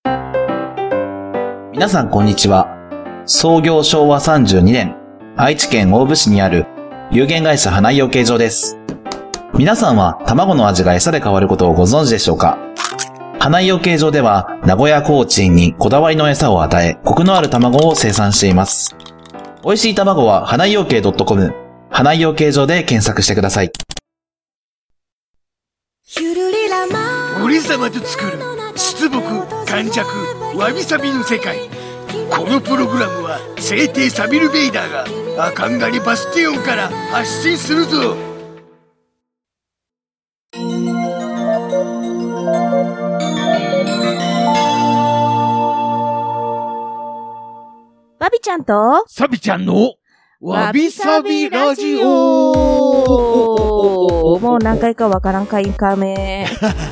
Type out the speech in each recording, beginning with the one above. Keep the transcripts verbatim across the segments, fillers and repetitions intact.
皆さんこんにちは。創業しょうわさんじゅうにねん、愛知県大府市にある有限会社花井養鶏場です。皆さんは卵の味が餌で変わることをご存知でしょうか？花井養鶏場では名古屋コーチンにこだわりの餌を与え、コクのある卵を生産しています。美味しい卵は花井養鶏 .com、花井養鶏場で検索してください。 俺様と作る出木、感弱、わびさびの世界。このプログラムは聖帝サビル・ベイダーがアカンガリバスティオンから発信するぞ。 わびちゃんとサビちゃんのわびさびラジオ。 もう何回かわからんかいんかめ。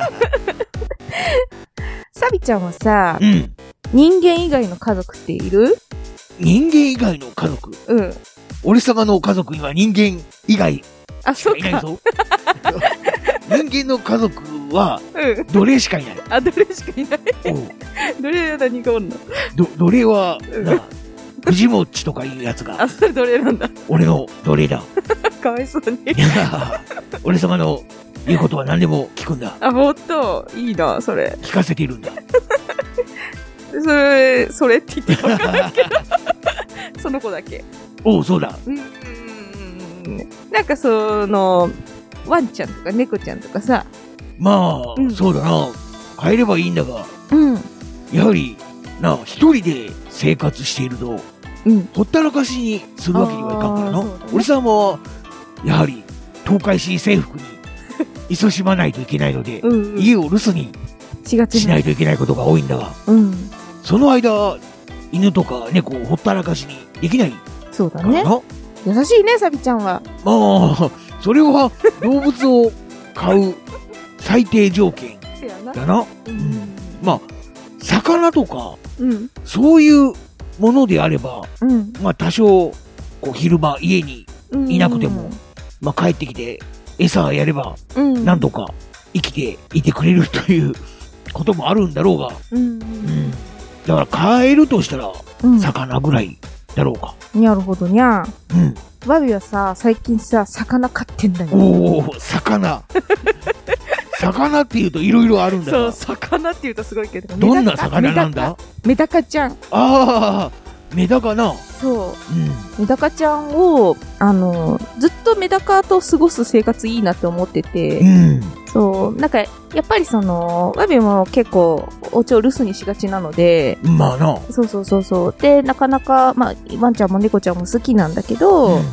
サビちゃんはさ、うん、人間以外の家族っている？ 人間以外の家族？うん。俺様の家族には人間以外しかいないぞ。人間の家族は奴隷しかいない。 あ、奴隷しかいない。奴隷は何がおんの？ ど奴隷はな、藤もっちとかいうやつが。 あ、それ奴隷なんだ。 俺の奴隷だ。 かわいそうに。 俺様の言うことは何でも聞くんだ。 あ、ほんといいな、それ。 聞かせているんだ。 それ、それって言ってわかんないけど。その子だけ。 おう、そうだ。 うん。なんかその、ワンちゃんとか猫ちゃんとかさ。 まあ、うん、そうだな。飼えればいいんだが。うん。やはり、な、一人で生活していると、うん、ほったらかしにするわけにはいかんからな。ね、俺さんは、やはり、東海市制服に、勤しまないといけないので、うんうん、家を留守にしないといけないことが多いんだが、うん、その間、犬とか猫をほったらかしにできない。 そうだね。優しいね、サビちゃんは。 まあ、それは動物を飼う最低条件だな。うん、まあ、魚とか、うん、そういうものであれば、うん、まあ多少、こう昼間家にいなくても、うん、まあ帰ってきて餌やれば、うん、なんとか生きていてくれるということもあるんだろうが、うんうん、だから飼えるとしたら、うん、魚ぐらいだろうか。 なるほどにゃ。うん。バビはさ、最近さ、魚飼ってんだよ。 おー、魚。魚って言うといろいろあるんだ。 そう、魚って言うとすごいけど。 どんな魚なんだ？ メダカちゃん。 ああ、メダカな。 そう。うん、メダカちゃんを、あの、ずっとメダカと過ごす生活いいなって思ってて、うん、そう、なんか、やっぱりその、ワビも結構、お家を留守にしがちなので、 まあな。 そうそうそうそう。で、なかなか、まあ、ワンちゃんも猫ちゃんも好きなんだけど、うん、うん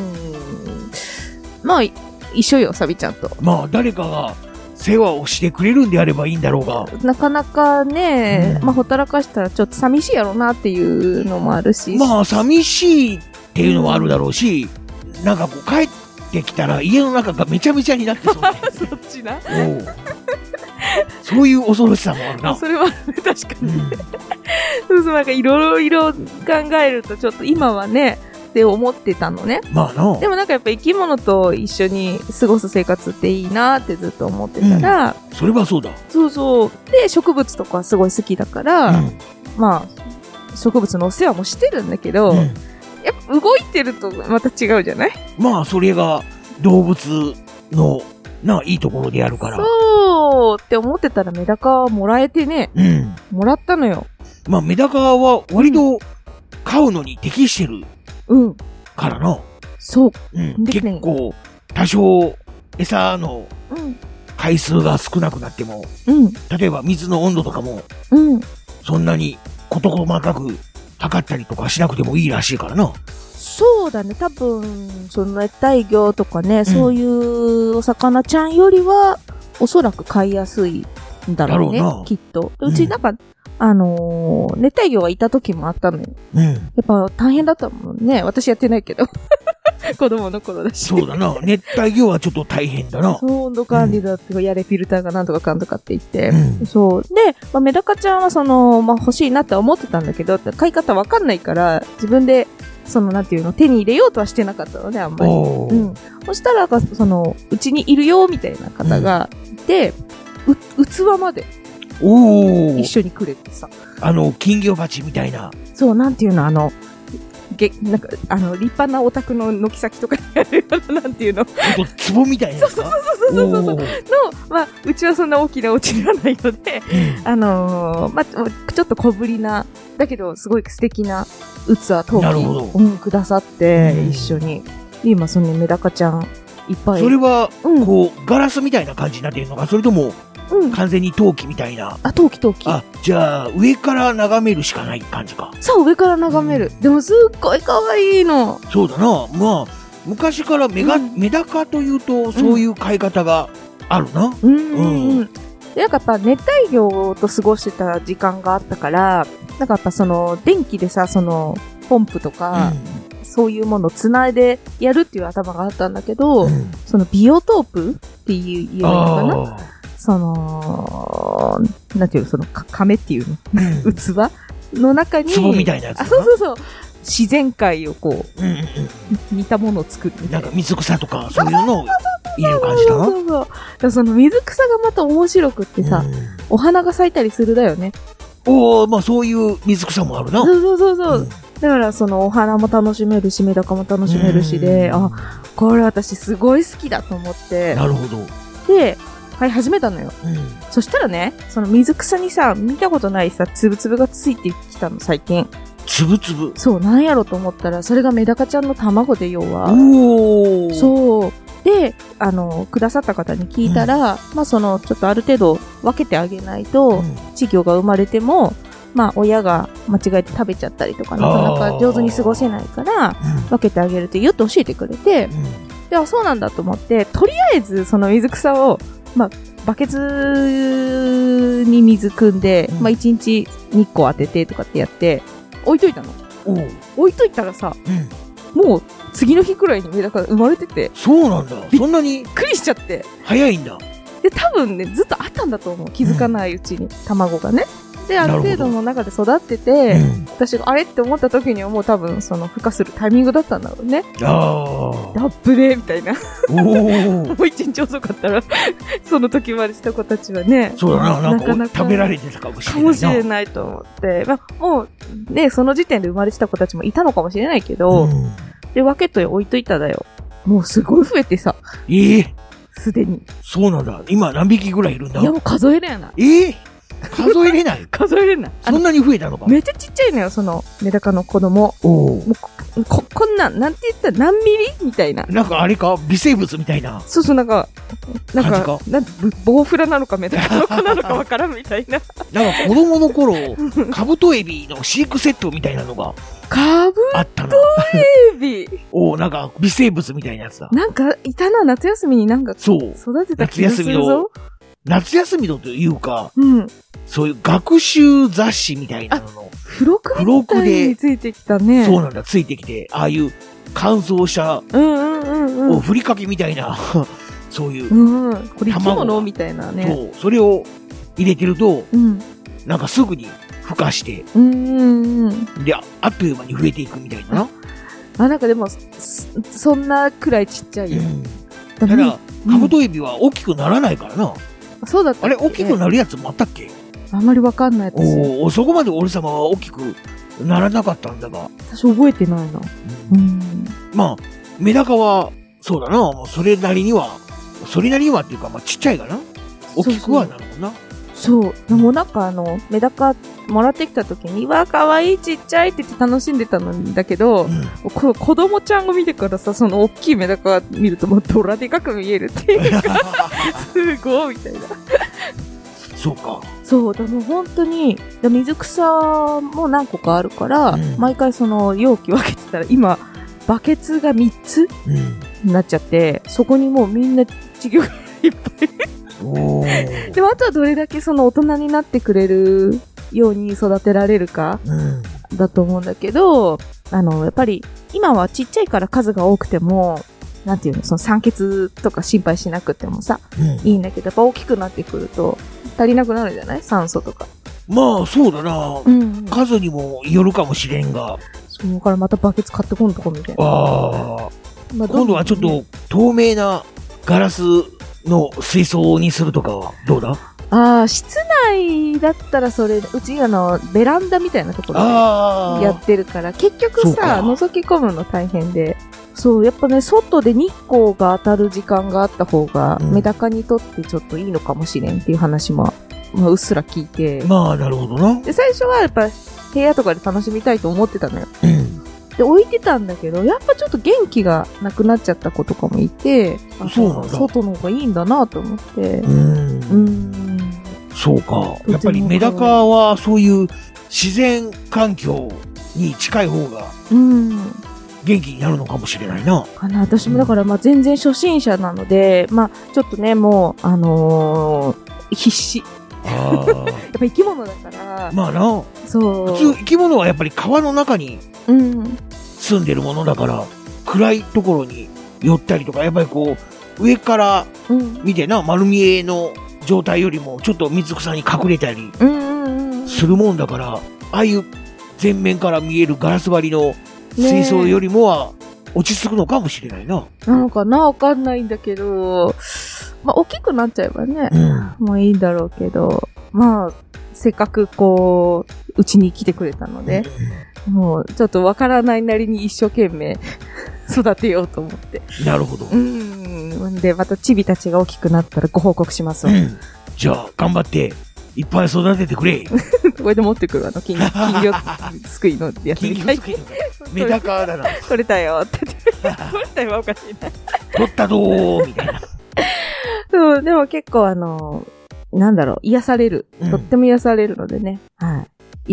まあ、一緒よ、サビちゃんと。 まあ、誰かが、世話をしてくれるんであればいいんだろうが。 なかなかね、うん、まあほったらかしたらちょっと寂しいやろうなっていうのもあるし。 まあ寂しいっていうのもあるだろうし、うん、なんかこう帰ってきたら家の中がめちゃめちゃになってそうね。 そっちな。 そういう恐ろしさもあるな。 それは、ね、確かに。うん、そうそう、なんかいろいろ考えるとちょっと今はね、って思ってたのね。 まあな。 でもなんかやっぱ生き物と一緒に過ごす生活っていいなってずっと思ってたら、 うん、それはそうだ。 そうそう。で、植物とかすごい好きだから、うん、まあ、植物のお世話もしてるんだけど、うん、やっぱ動いてるとまた違うじゃない？ まあ、それが動物のな、いいところであるから。 そうって思ってたらメダカもらえてね、うん、もらったのよ。 まあ、メダカは割と飼うのに適してる。うん。からの。 そう。 うん。結構、多少、餌の回数が少なくなっても、うん。例えば水の温度とかも、うん。そんなに事細かく測ったりとかしなくてもいいらしいからな。 そうだね。多分、その熱帯魚とかね、うん、そういうお魚ちゃんよりは、おそらく飼いやすいんだろうね。だろうな。きっと。うちなんか、うんあのー、熱帯魚がいた時もあったのよ。うん。やっぱ大変だったもんね。私やってないけど。子供の頃だし。 そうだな。熱帯魚はちょっと大変だな。 そう、温度管理だってか、やれフィルターがなんとかかんとかって言って。うん、そう。で、まあ、メダカちゃんはその、まあ、欲しいなって思ってたんだけど、飼い方わかんないから、自分で、その、なんていうの、手に入れようとはしてなかったのね、あんまり。うん。そしたら、その、うちにいるよ、みたいな方がいて、うん、う、器まで。 お一緒にくれてさ。 あの、金魚鉢みたいな。 そう、なんていうの、あの、げ、なんか、あの、立派なお宅の軒先とかにあるような、なんていうの。ちょっと壺みたいなやつか。 そうそうそうそうそうそう。の、まあ、うちはそんな大きなお家ではないので、うん、あのー、まあ、ちょっと小ぶりな、だけど、すごい素敵な器、陶器、うん、くださって、うん、一緒に。で、今、そのメダカちゃん、いっぱい。 それは、こう、うん、ガラスみたいな感じになってるのか、それとも、うん、完全に陶器みたいな。 あ、陶器陶器。 あ、じゃあ、上から眺めるしかない感じか。 そう、上から眺める。うん、でも、すっごい可愛いの。 そうだな。まあ、昔からメガ、うん、メダカというと、そういう飼い方があるな。 うん。うんうんうん。で、なんかやっぱ熱帯魚と過ごしてた時間があったから、なんかやっぱその、電気でさ、その、ポンプとか、うん、そういうものをつないでやるっていう頭があったんだけど、うん、そのビオトープっていう、言うのかな、その、なんていうの、その、亀っていうの、うん、器の中に、 壺みたいなやつ。 あ、そうそうそう。自然界をこう、うんうんうん、似たものを作るみたいな。 なんか水草とか、そういうのを入れる感じだな。 そうそうそうそう。その水草がまた面白くってさ、うん、お花が咲いたりするだよね。 おー、まあそういう水草もあるな。 そうそうそうそう。うん、だからそのお花も楽しめるし、メダカも楽しめるしで、あ、これ私すごい好きだと思って。 なるほど。 で、飼い始めたのよ。うん、そしたらね、その水草にさ、見たことないさ、つぶつぶがついてきたの、最近。 つぶつぶそう、なんやろと思ったら、それがメダカちゃんの卵で、要は。 おー。 そう。で、あの、くださった方に聞いたら、うん、まあその、ちょっとある程度分けてあげないと、うん、稚魚が生まれても、まあ親が間違えて食べちゃったりとか、なかなか上手に過ごせないから、分けてあげるって言って教えてくれて、うん、で、あ、そうなんだと思って、とりあえずその水草を、まあ、バケツに水汲んで、うん、まあ一日日光当ててとかってやって、置いといたの。置いといたらさ、うん、もう次の日くらいにメダカが生まれてて。 そうなんだ。そんなに。 びっくりしちゃって。 早いんだ。 で、多分ね、ずっとあったんだと思う。気づかないうちに、うん、卵がね。で、ある程度の中で育ってて、うん、私があれって思った時にはもう多分その孵化するタイミングだったんだろうね。 ああ。 ダップでみたいな。おもう一日遅かったら、その時までした子たちはね。 そうだな、なんかなか食べられてたかもしれないな。 かもしれないと思って。まあ、もうね、その時点で生まれてた子たちもいたのかもしれないけど、うん、で、分けと置いといただよ。もうすごい増えてさ。 ええー。 すでに。 そうなんだ。今何匹ぐらいいるんだ？ いやもう数えれない。 ええー数えれない数えれない。 そんなに増えたのか？ めっちゃちっちゃいのよ、そのメダカの子供。おもう こ, こ, こんなん、なんて言ったら何ミリみたいな。 なんかあれか微生物みたいな。 そうそう、なんか、なんか、かなんボウフラなのかメダカの子なのかわからんみたいな。 なんか子供の頃、カブトエビの飼育セットみたいなのが。 カブあったトエビおなんか微生物みたいなやつだ。 なんかいたな、夏休みになんかそう育てた気がするぞ。 夏休みの、夏休みのというか、 うん、 そういう学習雑誌みたいなのの。 付録みたいについてきたね。 そうなんだ、ついてきて、ああいう乾燥した、 うんうんうんうん、 ふりかけみたいな、そういう。 うん、これ生き物みたいなね。 そう、それを入れてると、うん、なんかすぐに孵化して、 うんうんうん、 で、あっという間に増えていくみたいな。 あ、なんかでも、そんなくらいちっちゃいよ。うん、 ただ、カブトエビは大きくならないからな。 そうだったっけ？ あれ、大きくなるやつもあったっけ？ あんまりわかんないです。 おお、そこまで俺様は大きくならなかったんだが。 私覚えてないな。うん。うん、 まあ、メダカは、そうだな、もうそれなりには、それなりにはっていうか、まあちっちゃいかな。大きくはなるもんな。 そう。でもなんかあの、メダカもらってきた時に、わーかわいいちっちゃいって言って楽しんでたんだけど、うん、こ子供ちゃんを見てからさ、その大きいメダカ見るともうドラでかく見えるっていうか、すごいみたいな。 そうか。 そう、でも本当に、水草も何個かあるから、うん、毎回その容器分けてたら、今、バケツがみっつになっちゃって、うん、そこにもうみんな稚魚がいっぱい。 おでもあとはどれだけその大人になってくれるように育てられるか、うん、だと思うんだけど、あの、やっぱり今はちっちゃいから数が多くても、なんていうの、その酸欠とか心配しなくてもさ、うん、いいんだけど、やっぱ大きくなってくると足りなくなるじゃない？酸素とか。 まあ、そうだな、うんうん。数にもよるかもしれんが。 そうからまたバケツ買ってこんとこみたいな。 ああ。まあ、今度はちょっと透明なガラスの水槽にするとかはどうだ？ ああ、室内だったらそれ、うちあの、ベランダみたいなところでやってるから、結局さ、覗き込むの大変で。そう、やっぱね、外で日光が当たる時間があった方が、うん、メダカにとってちょっといいのかもしれんっていう話も、まあ、うっすら聞いて。 まあ、なるほどな。 で、最初はやっぱ、部屋とかで楽しみたいと思ってたのよ。うん。で、置いてたんだけど、やっぱちょっと元気がなくなっちゃった子とかもいて、 そうなんだ。 外の方がいいんだなと思って。うん。 うん。そうか。やっぱりメダカはそういう自然環境に近い方が、うん。元気になるのかもしれないな。 かな。私もだから、まあ全然初心者なので、まあちょっとね、もう、あのー、必死。あやっぱ生き物だから。 まあな。そう。普通生き物はやっぱり川の中に住んでるものだから、うん、暗いところに寄ったりとか、やっぱりこう、上から見てな、うん、丸見えの状態よりもちょっと水草に隠れたりするもんだから、ああいう前面から見えるガラス張りの水槽よりもは落ち着くのかもしれないな。 なのかなわかんないんだけど、まあ大きくなっちゃえばね、うん、もういいんだろうけど、まあせっかくこううちに来てくれたので、うん、もうちょっとわからないなりに一生懸命育てようと思って。 なるほど。うん。でまたチビたちが大きくなったらご報告しますわ。うん、 じゃあ頑張って。いっぱい育ててくれ。 これで持ってくるあの金魚、金魚すくいのやつみたい。 金魚すくいのメダカだな。 取れたよって。取れたよおかしいな。 取ったどーみたいな。 そう、でも結構あの、なんだろう、癒される。うん、とっても癒されるのでね。はい。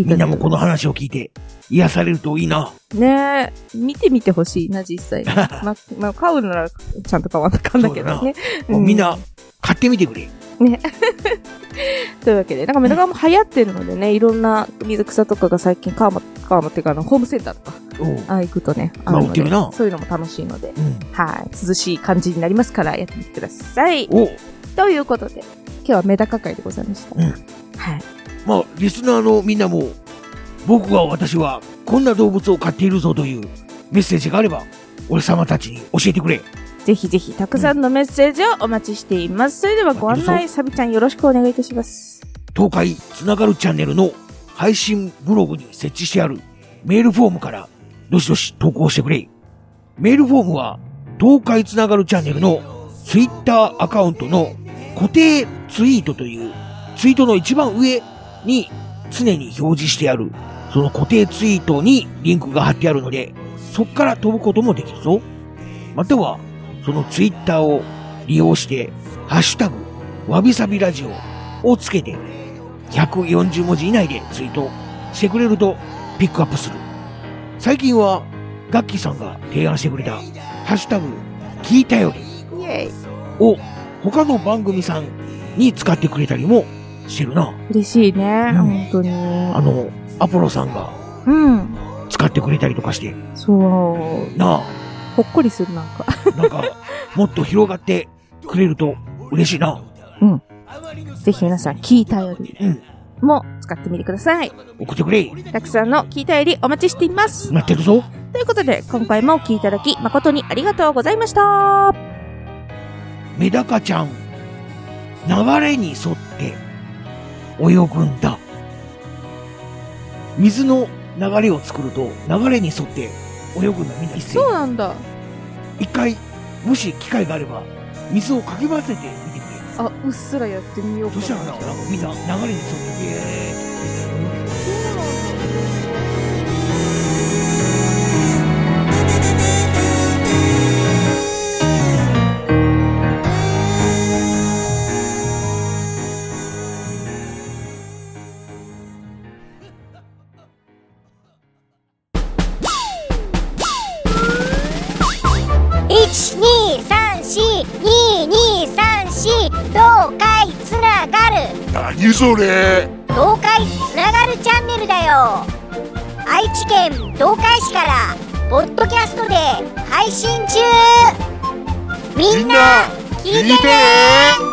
いいみんなもこの話を聞いて癒されるといいな。 ねえ、見てみてほしいな、実際に。ま、まあ、買うならちゃんと買わなかんだけどね。 うん、みんな買ってみてくれ。 ね。というわけで、なんかメダカも流行ってるのでね、いろんな水草とかが最近川も、川もっていうかあの、ホームセンターとか、ああ行くとね、あるので、まあ、そういうのも楽しいので、うん、はい、涼しい感じになりますからやってみてください。おということで、今日はメダカ会でございました。うん、はい。 まあ、リスナーのみんなも、僕が私はこんな動物を飼っているぞというメッセージがあれば、俺様たちに教えてくれ。 ぜひぜひたくさんのメッセージをお待ちしています。うん、それではご案内、サビちゃんよろしくお願いいたします。 東海つながるチャンネルの配信ブログに設置してあるメールフォームからどしどし投稿してくれ。メールフォームは東海つながるチャンネルのツイッターアカウントの固定ツイートというツイートの一番上に常に表示してあるその固定ツイートにリンクが貼ってあるので、そこから飛ぶこともできるぞ。またはそのツイッターを利用してハッシュタグわびさびラジオをつけてひゃくよんじゅうもじ以内でツイートしてくれるとピックアップする。最近はガッキーさんが提案してくれたハッシュタグ聞いたよりを他の番組さんに使ってくれたりもしてるな。 嬉しいね、うん、本当に。 あのアポロさんが使ってくれたりとかして、うん、 そうなあ、ほっこりする。なんかなんかもっと広がってくれると嬉しいな。 うん。ぜひ皆さん聞いたよりも使ってみてください。 送ってくれ。 たくさんの聞いたよりお待ちしています。 待ってるぞ。 ということで今回もお聞きいただき誠にありがとうございました。 メダカちゃん流れに沿って泳ぐんだ。水の流れを作ると流れに沿って泳ぐんだ。みんな一斉に。 そうなんだ。 一回もし機会があれば水をかき混ぜてみてくれ。 あ、うっすらやってみようかな。 そしたらなんかみんな流れに沿ってビエーっていちにさんしににさんし東海つながる。 何それ。 東海つながるチャンネルだよ。愛知県東海市からポッドキャストで配信中。みんな聞いてね。